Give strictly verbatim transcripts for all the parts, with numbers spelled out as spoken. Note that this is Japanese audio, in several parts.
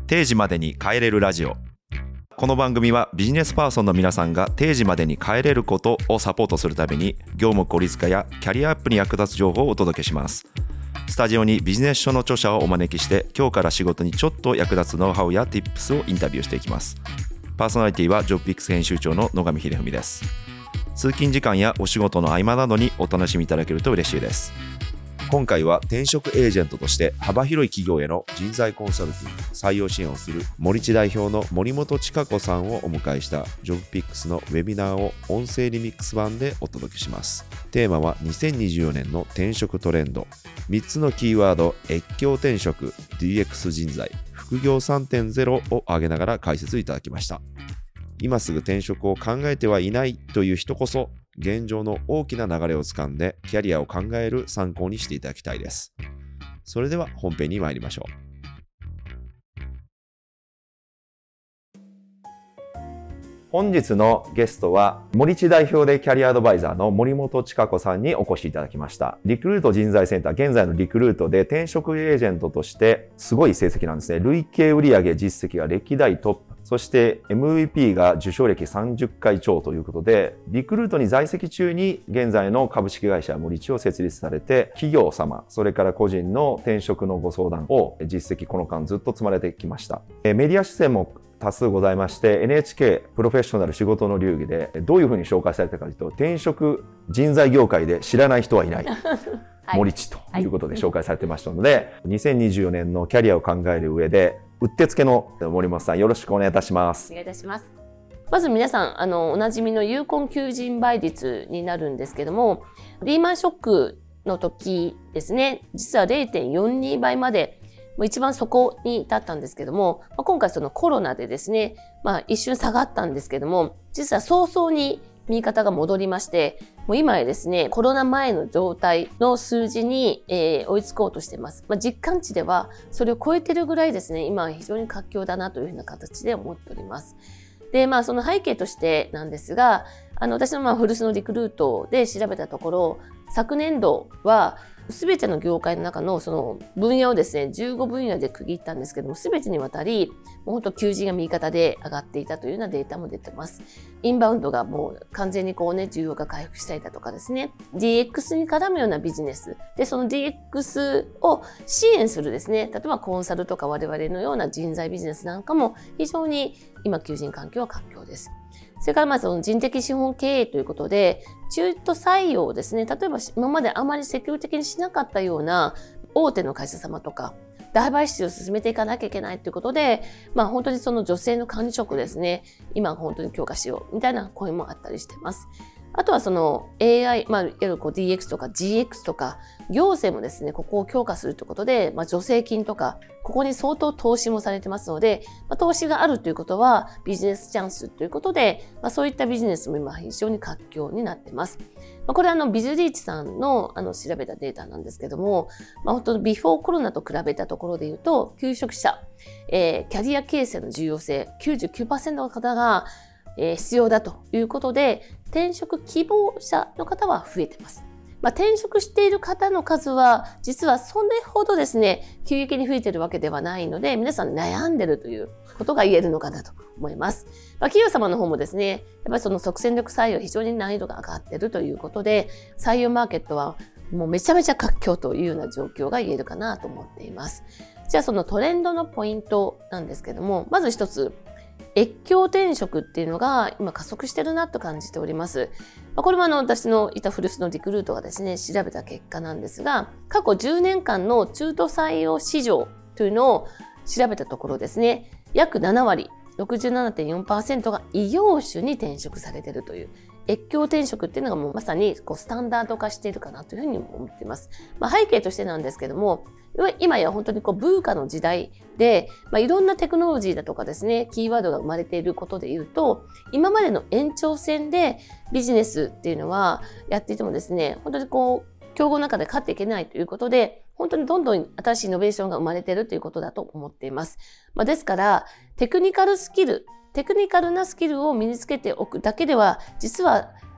定時までに帰れるラジオ。この番組はビジネスパーソンの皆さんが定時までに帰れることをサポートするために、業務効率化やキャリアアップに役立つ情報をお届けします。スタジオにビジネス書の著者をお招きして、今日から仕事にちょっと役立つノウハウや Tips をインタビューしていきます。パーソナリティはジョブピックス編集長の野上秀文です。通勤時間やお仕事の合間などにお楽しみいただけると嬉しいです。今回は転職エージェントとして幅広い企業への人材コンサルティング、採用支援をする森地代表の森本千佳子さんをお迎えしたジョブピックスのウェビナーを音声リミックス版でお届けします。テーマはにせんにじゅうよねんの転職トレンド、みっつのキーワード、越境転職、ディーエックス 人材、副業 さんてんゼロ を挙げながら解説いただきました。今すぐ転職を考えてはいないという人こそ、現状の大きな流れをつかんでキャリアを考える参考にしていただきたいです。それでは本編に参りましょう。本日のゲストは森地代表でキャリアアドバイザーの森本千佳子さんにお越しいただきました。リクルート人材センター、現在のリクルートで転職エージェントとしてすごい成績なんですね。累計売上実績が歴代トップ、そして エムブイピー が受賞歴さんじゅっかい超ということで、リクルートに在籍中に現在の株式会社森地を設立されて、企業様、それから個人の転職のご相談を実績この間ずっと積まれてきました。メディア出演も多数ございまして、エヌエイチケー プロフェッショナル仕事の流儀でどういうふうに紹介されたかというと、転職人材業界で知らない人はいない。森地ということで紹介されてましたので、はい、にせんにじゅうよねんのキャリアを考える上で、うってつけの森本さん、よろしくお願いいたします。 お願いいたします。まず皆さん、あのおなじみの有根求人倍率になるんですけども、リーマンショックの時ですね、実は れいてんよんに 倍までもう一番底に立ったんですけども、まあ、今回そのコロナでですね、まあ、一瞬下がったんですけども、実は早々に右肩が戻りまして、もう今やですね、コロナ前の状態の数字に、えー、追いつこうとしています。まあ、実感値ではそれを超えてるぐらいですね、今は非常に活況だなというふうな形で思っております。で、まあその背景としてなんですが、あの私のまあ古巣のリクルートで調べたところ、昨年度は全ての業界の中のその分野をですね、じゅうごぶんやで区切ったんですけども、全てにわたり、もう本当求人が右肩で上がっていたというようなデータも出てます。インバウンドがもう完全にこうね、需要が回復したりだとかですね、ディーエックス に絡むようなビジネス。で、その ディーエックス を支援するですね、例えばコンサルとか我々のような人材ビジネスなんかも非常に今求人環境は活況です。それからまあその人的資本経営ということで、中途採用ですね、例えば今まであまり積極的にしなかったような大手の会社様とか、大買収を進めていかなきゃいけないということで、まあ本当にその女性の管理職ですね、今本当に強化しようみたいな声もあったりしています。あとはその エーアイ、まあ、いわゆるこう ディーエックス とか ジーエックス とか、行政もですね、ここを強化するということで、まあ、助成金とか、ここに相当投資もされてますので、まあ、投資があるということはビジネスチャンスということで、まあ、そういったビジネスも今非常に活況になっています。まあ、これはあのビズリーチさんのあの調べたデータなんですけども、まあ、本当にビフォーコロナと比べたところで言うと、求職者、えー、キャリア形成の重要性、きゅうじゅうきゅうパーセント の方がえー、必要だということで、転職希望者の方は増えています。まあ、転職している方の数は実はそれほどですね、急激に増えているわけではないので、皆さん悩んでいるということが言えるのかなと思います。まあ、企業様の方もですね、やっぱりその即戦力採用非常に難易度が上がっているということで、採用マーケットはもうめちゃめちゃ活況というような状況が言えるかなと思っています。じゃあそのトレンドのポイントなんですけども、まず一つ、越境転職っていうのが今加速してるなと感じております。これもあの私のいた古巣のリクルートがですね、調べた結果なんですが、過去じゅうねんかんの中途採用市場というのを調べたところですね、約ななわり、ろくじゅうななてんよんパーセント が異業種に転職されているという、越境転職っていうのがもうまさにこうスタンダード化しているかなというふうに思っています。まあ、背景としてなんですけども、今や本当にこうブーカの時代で、まあ、いろんなテクノロジーだとかですね、キーワードが生まれていることで言うと、今までの延長線でビジネスっていうのはやっていてもですね、本当にこう競合の中で勝っていけないということで、本当にどんどん新しいイノベーションが生まれているということだと思っています。まあ、ですから、テクニカルスキル、テクニカルなスキルを身につけておくだけでは、実は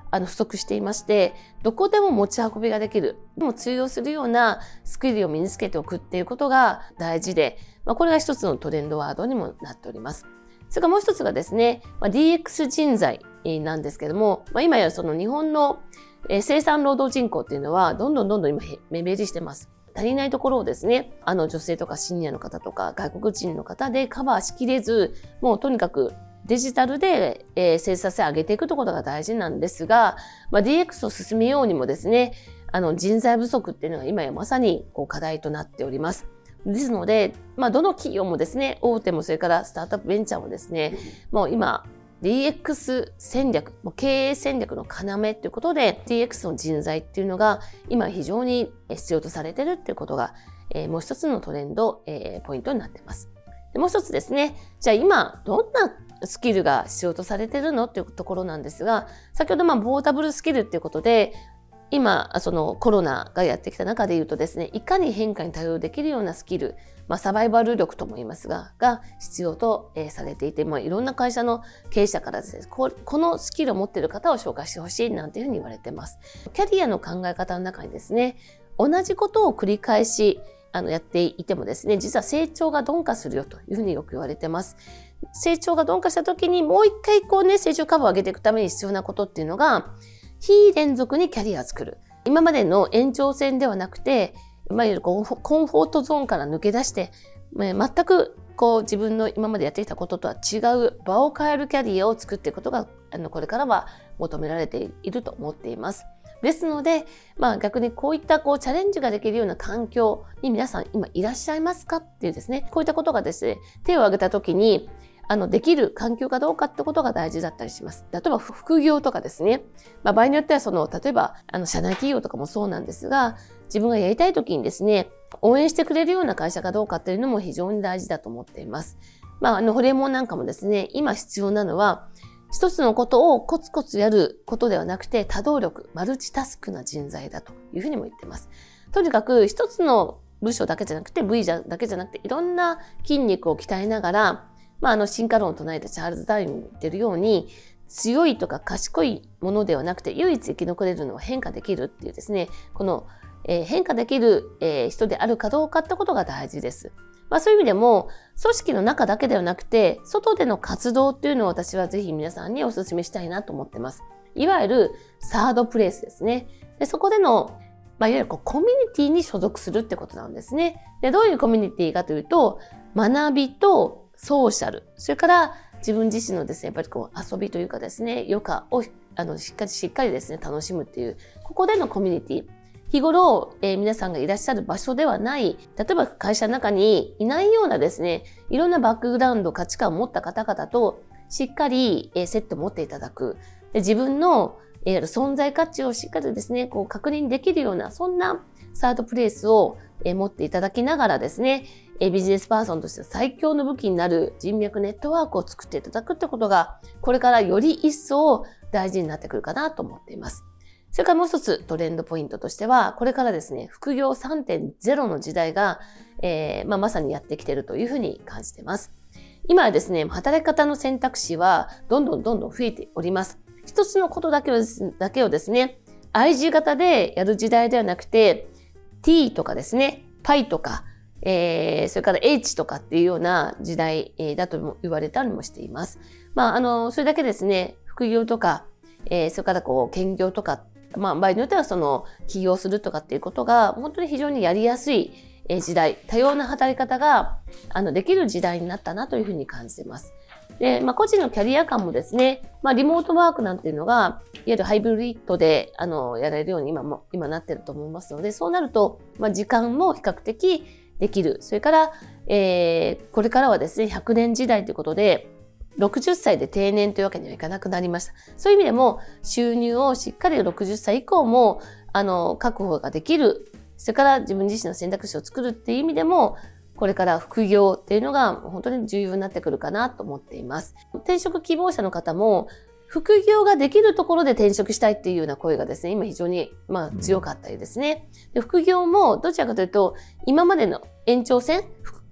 あの不足していまして、どこでも持ち運びができる、でも通用するようなスキルを身につけておくっていうことが大事で、まあ、これが一つのトレンドワードにもなっております。それからもう一つがですね、まあ、ディーエックス 人材なんですけども、まあ、今やその日本の生産労働人口っていうのはどんどんどんどん今目減りしてます。足りないところをですね、あの女性とかシニアの方とか外国人の方でカバーしきれず、もうとにかくデジタルで、えー、生産性を上げていくということが大事なんですが、まあ、ディーエックス を進めようにもですね、あの人材不足っていうのが今やまさにこう課題となっております。ですので、まあ、どの企業もですね、大手もそれからスタートアップベンチャーもですね、もう今 ディーエックス 戦略、もう経営戦略の要ということで ディーエックス の人材っていうのが今非常に必要とされているっていうことが、えー、もう一つのトレンド、えー、ポイントになっています。でもう一つですね、じゃあ今どんなスキルが必要とされているのっていうところなんですが、先ほどまあポータブルスキルっていうことで、今そのコロナがやってきた中で言うとですね、いかに変化に対応できるようなスキル、まあ、サバイバル力とも言いますが、が必要と、えー、されていて、まあ、いろんな会社の経営者からですね、こ、このスキルを持っている方を紹介してほしいなんていうふうに言われています。キャリアの考え方の中にですね、同じことを繰り返しあのやっていてもですね、実は成長が鈍化するよというふうによく言われています。成長が鈍化した時にもう一回こうね、成長株を上げていくために必要なことっていうのが、非連続にキャリアを作る。今までの延長線ではなくて、いわゆるコンフォートゾーンから抜け出して、全くこう自分の今までやってきたこととは違う場を変えるキャリアを作っていくことが、あのこれからは求められていると思っています。ですので、まあ、逆にこういったこうチャレンジができるような環境に皆さん今いらっしゃいますかっていうですね、こういったことがですね、手を挙げたときにあのできる環境かどうかってことが大事だったりします。例えば副業とかですね、まあ、場合によってはその例えばあの社内企業とかもそうなんですが、自分がやりたいときにですね、応援してくれるような会社かどうかっていうのも非常に大事だと思っています。まあ、あのホリエモンなんかもですね、今必要なのは一つのことをコツコツやることではなくて、多動力、マルチタスクな人材だというふうにも言っています。とにかく一つの部署だけじゃなくて、部位だけじゃなくて、いろんな筋肉を鍛えながら、まあ、あの進化論を唱えたチャールズ・ダーウィンも言っているように、強いとか賢いものではなくて、唯一生き残れるのは変化できるっていうですね、この、えー、変化できる、えー、人であるかどうかってことが大事です。まあ、そういう意味でも、組織の中だけではなくて、外での活動っていうのを私はぜひ皆さんにお勧めしたいなと思ってます。いわゆるサードプレイスですね。でそこでの、まあ、いわゆるこうコミュニティに所属するってことなんですね。でどういうコミュニティかというと、学びとソーシャル、それから自分自身のですね、やっぱりこう遊びというかですね、余暇をあのしっかりしっかりですね、楽しむっていう、ここでのコミュニティ。日頃、えー、皆さんがいらっしゃる場所ではない、例えば会社の中にいないようなですね、いろんなバックグラウンド、価値観を持った方々としっかり、えー、セットを持っていただく。で自分の、えー、存在価値をしっかりですね、こう確認できるような、そんなサードプレイスを、えー、持っていただきながらですね、えー、ビジネスパーソンとして最強の武器になる人脈ネットワークを作っていただくってことが、これからより一層大事になってくるかなと思っています。それからもう一つトレンドポイントとしては、これからですね、副業 さんてんゼロ の時代が、えーまあ、まさにやってきているというふうに感じています。今はですね、働き方の選択肢はどんどんどんどん増えております。一つのことだけをです、だけをですね、アイジー 型でやる時代ではなくて、T とかですね、Pi とか、えー、それから H とかっていうような時代だとも言われたりもしています。まあ、あの、それだけですね、副業とか、えー、それからこう、兼業とか、まあ、場合によってはその起業するとかっていうことが本当に非常にやりやすい時代、多様な働き方があのできる時代になったなというふうに感じています。で、まあ、個人のキャリア感もですね、まあ、リモートワークなんていうのがいわゆるハイブリッドであのやられるように今も今なってると思いますので、そうなると、まあ、時間も比較的できる。それから、えー、これからはですね、ひゃくねん時代ということで、ろくじゅっさいで定年というわけにはいかなくなりました。そういう意味でも収入をしっかりろくじゅっさい以降もあの確保ができる。それから自分自身の選択肢を作るっていう意味でも、これから副業っていうのが本当に重要になってくるかなと思っています。転職希望者の方も副業ができるところで転職したいっていうような声がですね、今非常にまあ強かったりですね。で副業もどちらかというと今までの延長線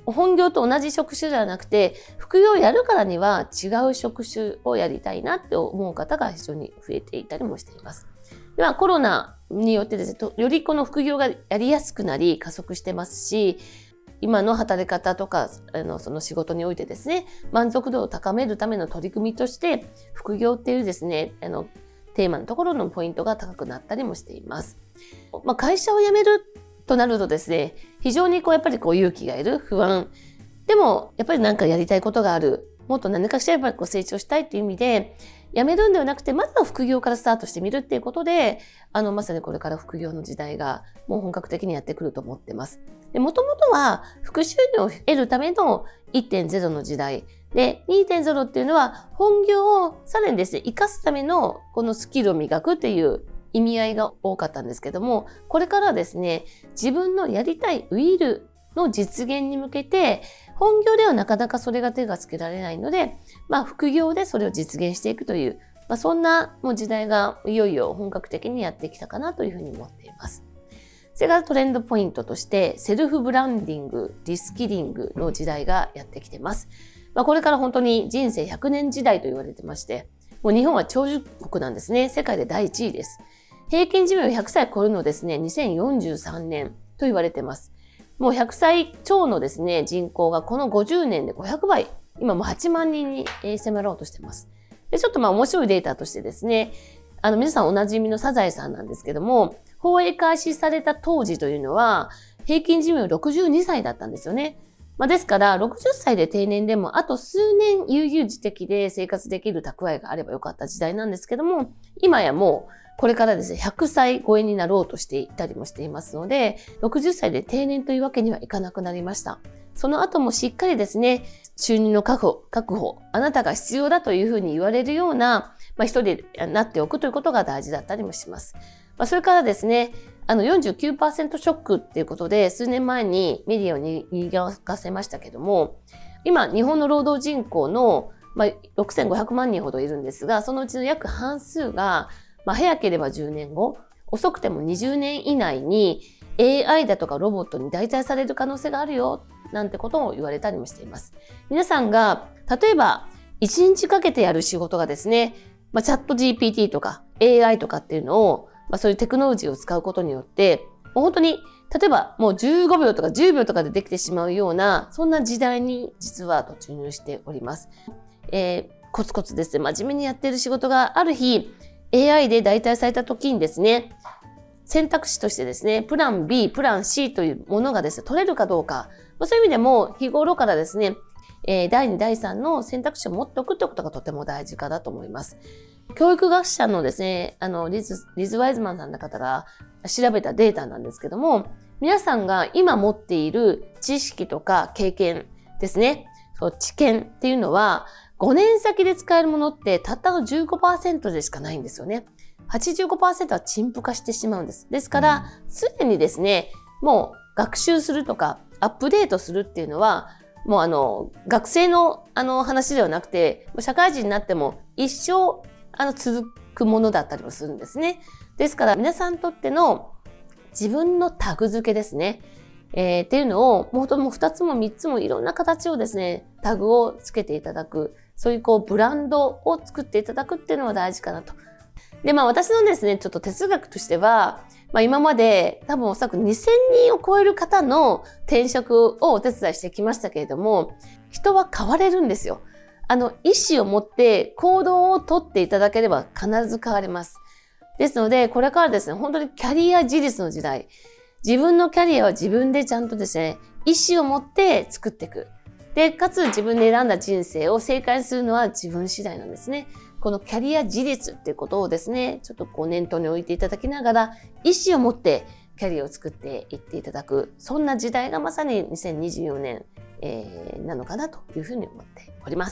本業と同じ職種ではなくて、副業をやるからには違う職種をやりたいなって思う方が非常に増えていたりもしています。ではコロナによってですね、よりこの副業がやりやすくなり加速してますし、今の働き方とかあのその仕事においてですね、満足度を高めるための取り組みとして副業っていうですね、あのテーマのところのポイントが高くなったりもしています。まあ、会社を辞めるとなるとですね、非常にこうやっぱりこう勇気がいる、不安。でもやっぱり何かやりたいことがある。もっと何かしらやっぱりこう成長したいっていう意味で、辞めるんではなくて、まずは副業からスタートしてみるっていうことで、あのまさにこれから副業の時代がもう本格的にやってくると思ってます。で、もともとは副収入を得るための いってんゼロ の時代。で、にてんゼロ っていうのは本業をさらにですね、活かすためのこのスキルを磨くっていう意味合いが多かったんですけども、これからですね、自分のやりたいウィルの実現に向けて、本業ではなかなかそれが手がつけられないので、まあ副業でそれを実現していくという、まあ、そんなもう時代がいよいよ本格的にやってきたかなというふうに思っています。それからトレンドポイントとして、セルフブランディング、リスキリングの時代がやってきてます。まあ、これから本当に人生ひゃくねん時代と言われてまして、もう日本は長寿国なんですね。世界でだいいちいです。平均寿命ひゃくさいを超えるのですね、にせんよんじゅうさんねんと言われてます。もうひゃくさい超のですね、人口がこのごじゅうねんでごひゃくばい、今もうはちまんにんに迫ろうとしています。で、ちょっとまあ面白いデータとしてですね、あの皆さんおなじみのサザエさんなんですけども、放映開始された当時というのは、平均寿命ろくじゅうにさいだったんですよね。まあ、ですから、ろくじゅっさいで定年でも、あと数年悠々自適で生活できる蓄えがあればよかった時代なんですけども、今やもう、これからですね、ひゃくさい超えになろうとしていたりもしていますので、ろくじゅっさいで定年というわけにはいかなくなりました。その後もしっかりですね、収入の確保、確保、あなたが必要だというふうに言われるような、まあ、人になっておくということが大事だったりもします。まあ、それからですね、あの よんじゅうきゅうパーセント ショックっていうことで、数年前にメディアをにぎわせましたけども、今、日本の労働人口の、まあ、ろくせんごひゃくまんにんほどいるんですが、そのうちの約半数が、まあ、早ければじゅうねんご、遅くてもにじゅうねん以内に エーアイ だとかロボットに代替される可能性があるよ、なんてことを言われたりもしています。皆さんが、例えば、いちにちかけてやる仕事がですね、まあ、チャット ジーピーティー とか エーアイ とかっていうのを、まあ、そういうテクノロジーを使うことによって、もう本当に、例えばもうじゅうごびょうとかじゅうびょうとかでできてしまうような、そんな時代に実は突入しております。えー、コツコツですね、真面目にやっている仕事がある日、エーアイ で代替された時にですね、選択肢としてですね、プラン ビー、プラン シー というものがですね、取れるかどうか、まあ、そういう意味でも日頃からですね、えー、だいに、だいさんの選択肢を持っておくということがとても大事かなと思います。教育学者のですね、あのリズ、リズ・ワイズマンさんの方が調べたデータなんですけども、皆さんが今持っている知識とか経験ですね、そう知見っていうのは、ごねん先で使えるものってたったの じゅうごパーセント でしかないんですよね。はちじゅうごパーセント は陳腐化してしまうんです。ですから、すでにですね、もう学習するとかアップデートするっていうのは、もうあの、学生のあの話ではなくて、社会人になっても一生あの続くものだったりもするんですね。ですから皆さんにとっての自分のタグ付けですね。えー、っていうのをもうもうふたつもみっつもいろんな形をですね、タグをつけていただく。そういうこうブランドを作っていただくっていうのは大事かなと。で、まあ私のですね、ちょっと哲学としては、まあ今まで多分おそらくにせんにんを超える方の転職をお手伝いしてきましたけれども、人は変われるんですよ。あの、意思を持って行動をとっていただければ必ず変われます。ですので、これからですね、本当にキャリア自立の時代。自分のキャリアは自分でちゃんとですね、意思を持って作っていく。で、かつ自分で選んだ人生を正解するのは自分次第なんですね。このキャリア自立っていうことをですね、ちょっとこう念頭に置いていただきながら、意思を持ってキャリアを作っていっていただく。そんな時代がまさににせんにじゅうよねん、えー、なのかなというふうに思っております。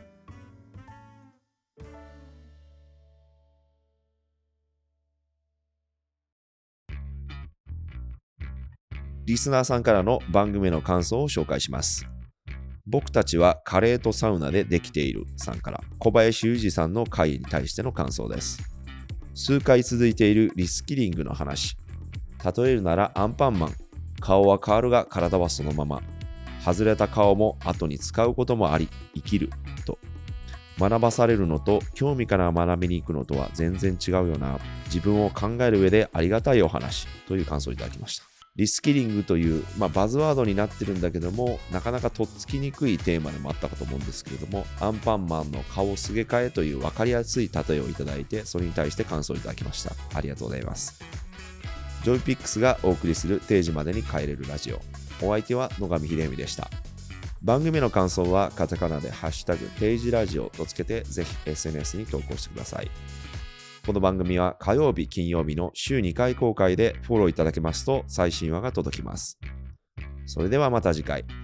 リスナーさんからの番組の感想を紹介します。僕たちはカレーとサウナでできているさんから小林裕二さんの回に対しての感想です。数回続いているリスキリングの話。例えるならアンパンマン。顔は変わるが体はそのまま。 外れた顔も後に使うこともあり生きると。学ばされるのと興味から学びに行くのとは全然違うよな。自分を考える上でありがたいお話という感想をいただきました。リスキリングという、まあ、バズワードになってるんだけども、なかなかとっつきにくいテーマでもあったかと思うんですけれども、アンパンマンの顔すげ替えという分かりやすい例えをいただいて、それに対して感想をいただきました。ありがとうございます。ジョイピックスがお送りする定時までに帰れるラジオ。お相手は野上秀美でした。番組の感想はカタカナでハッシュタグ定時ラジオとつけてぜひ エスエヌエス に投稿してください。この番組は火曜日、金曜日の週にかい公開でフォローいただけますと最新話が届きます。それではまた次回。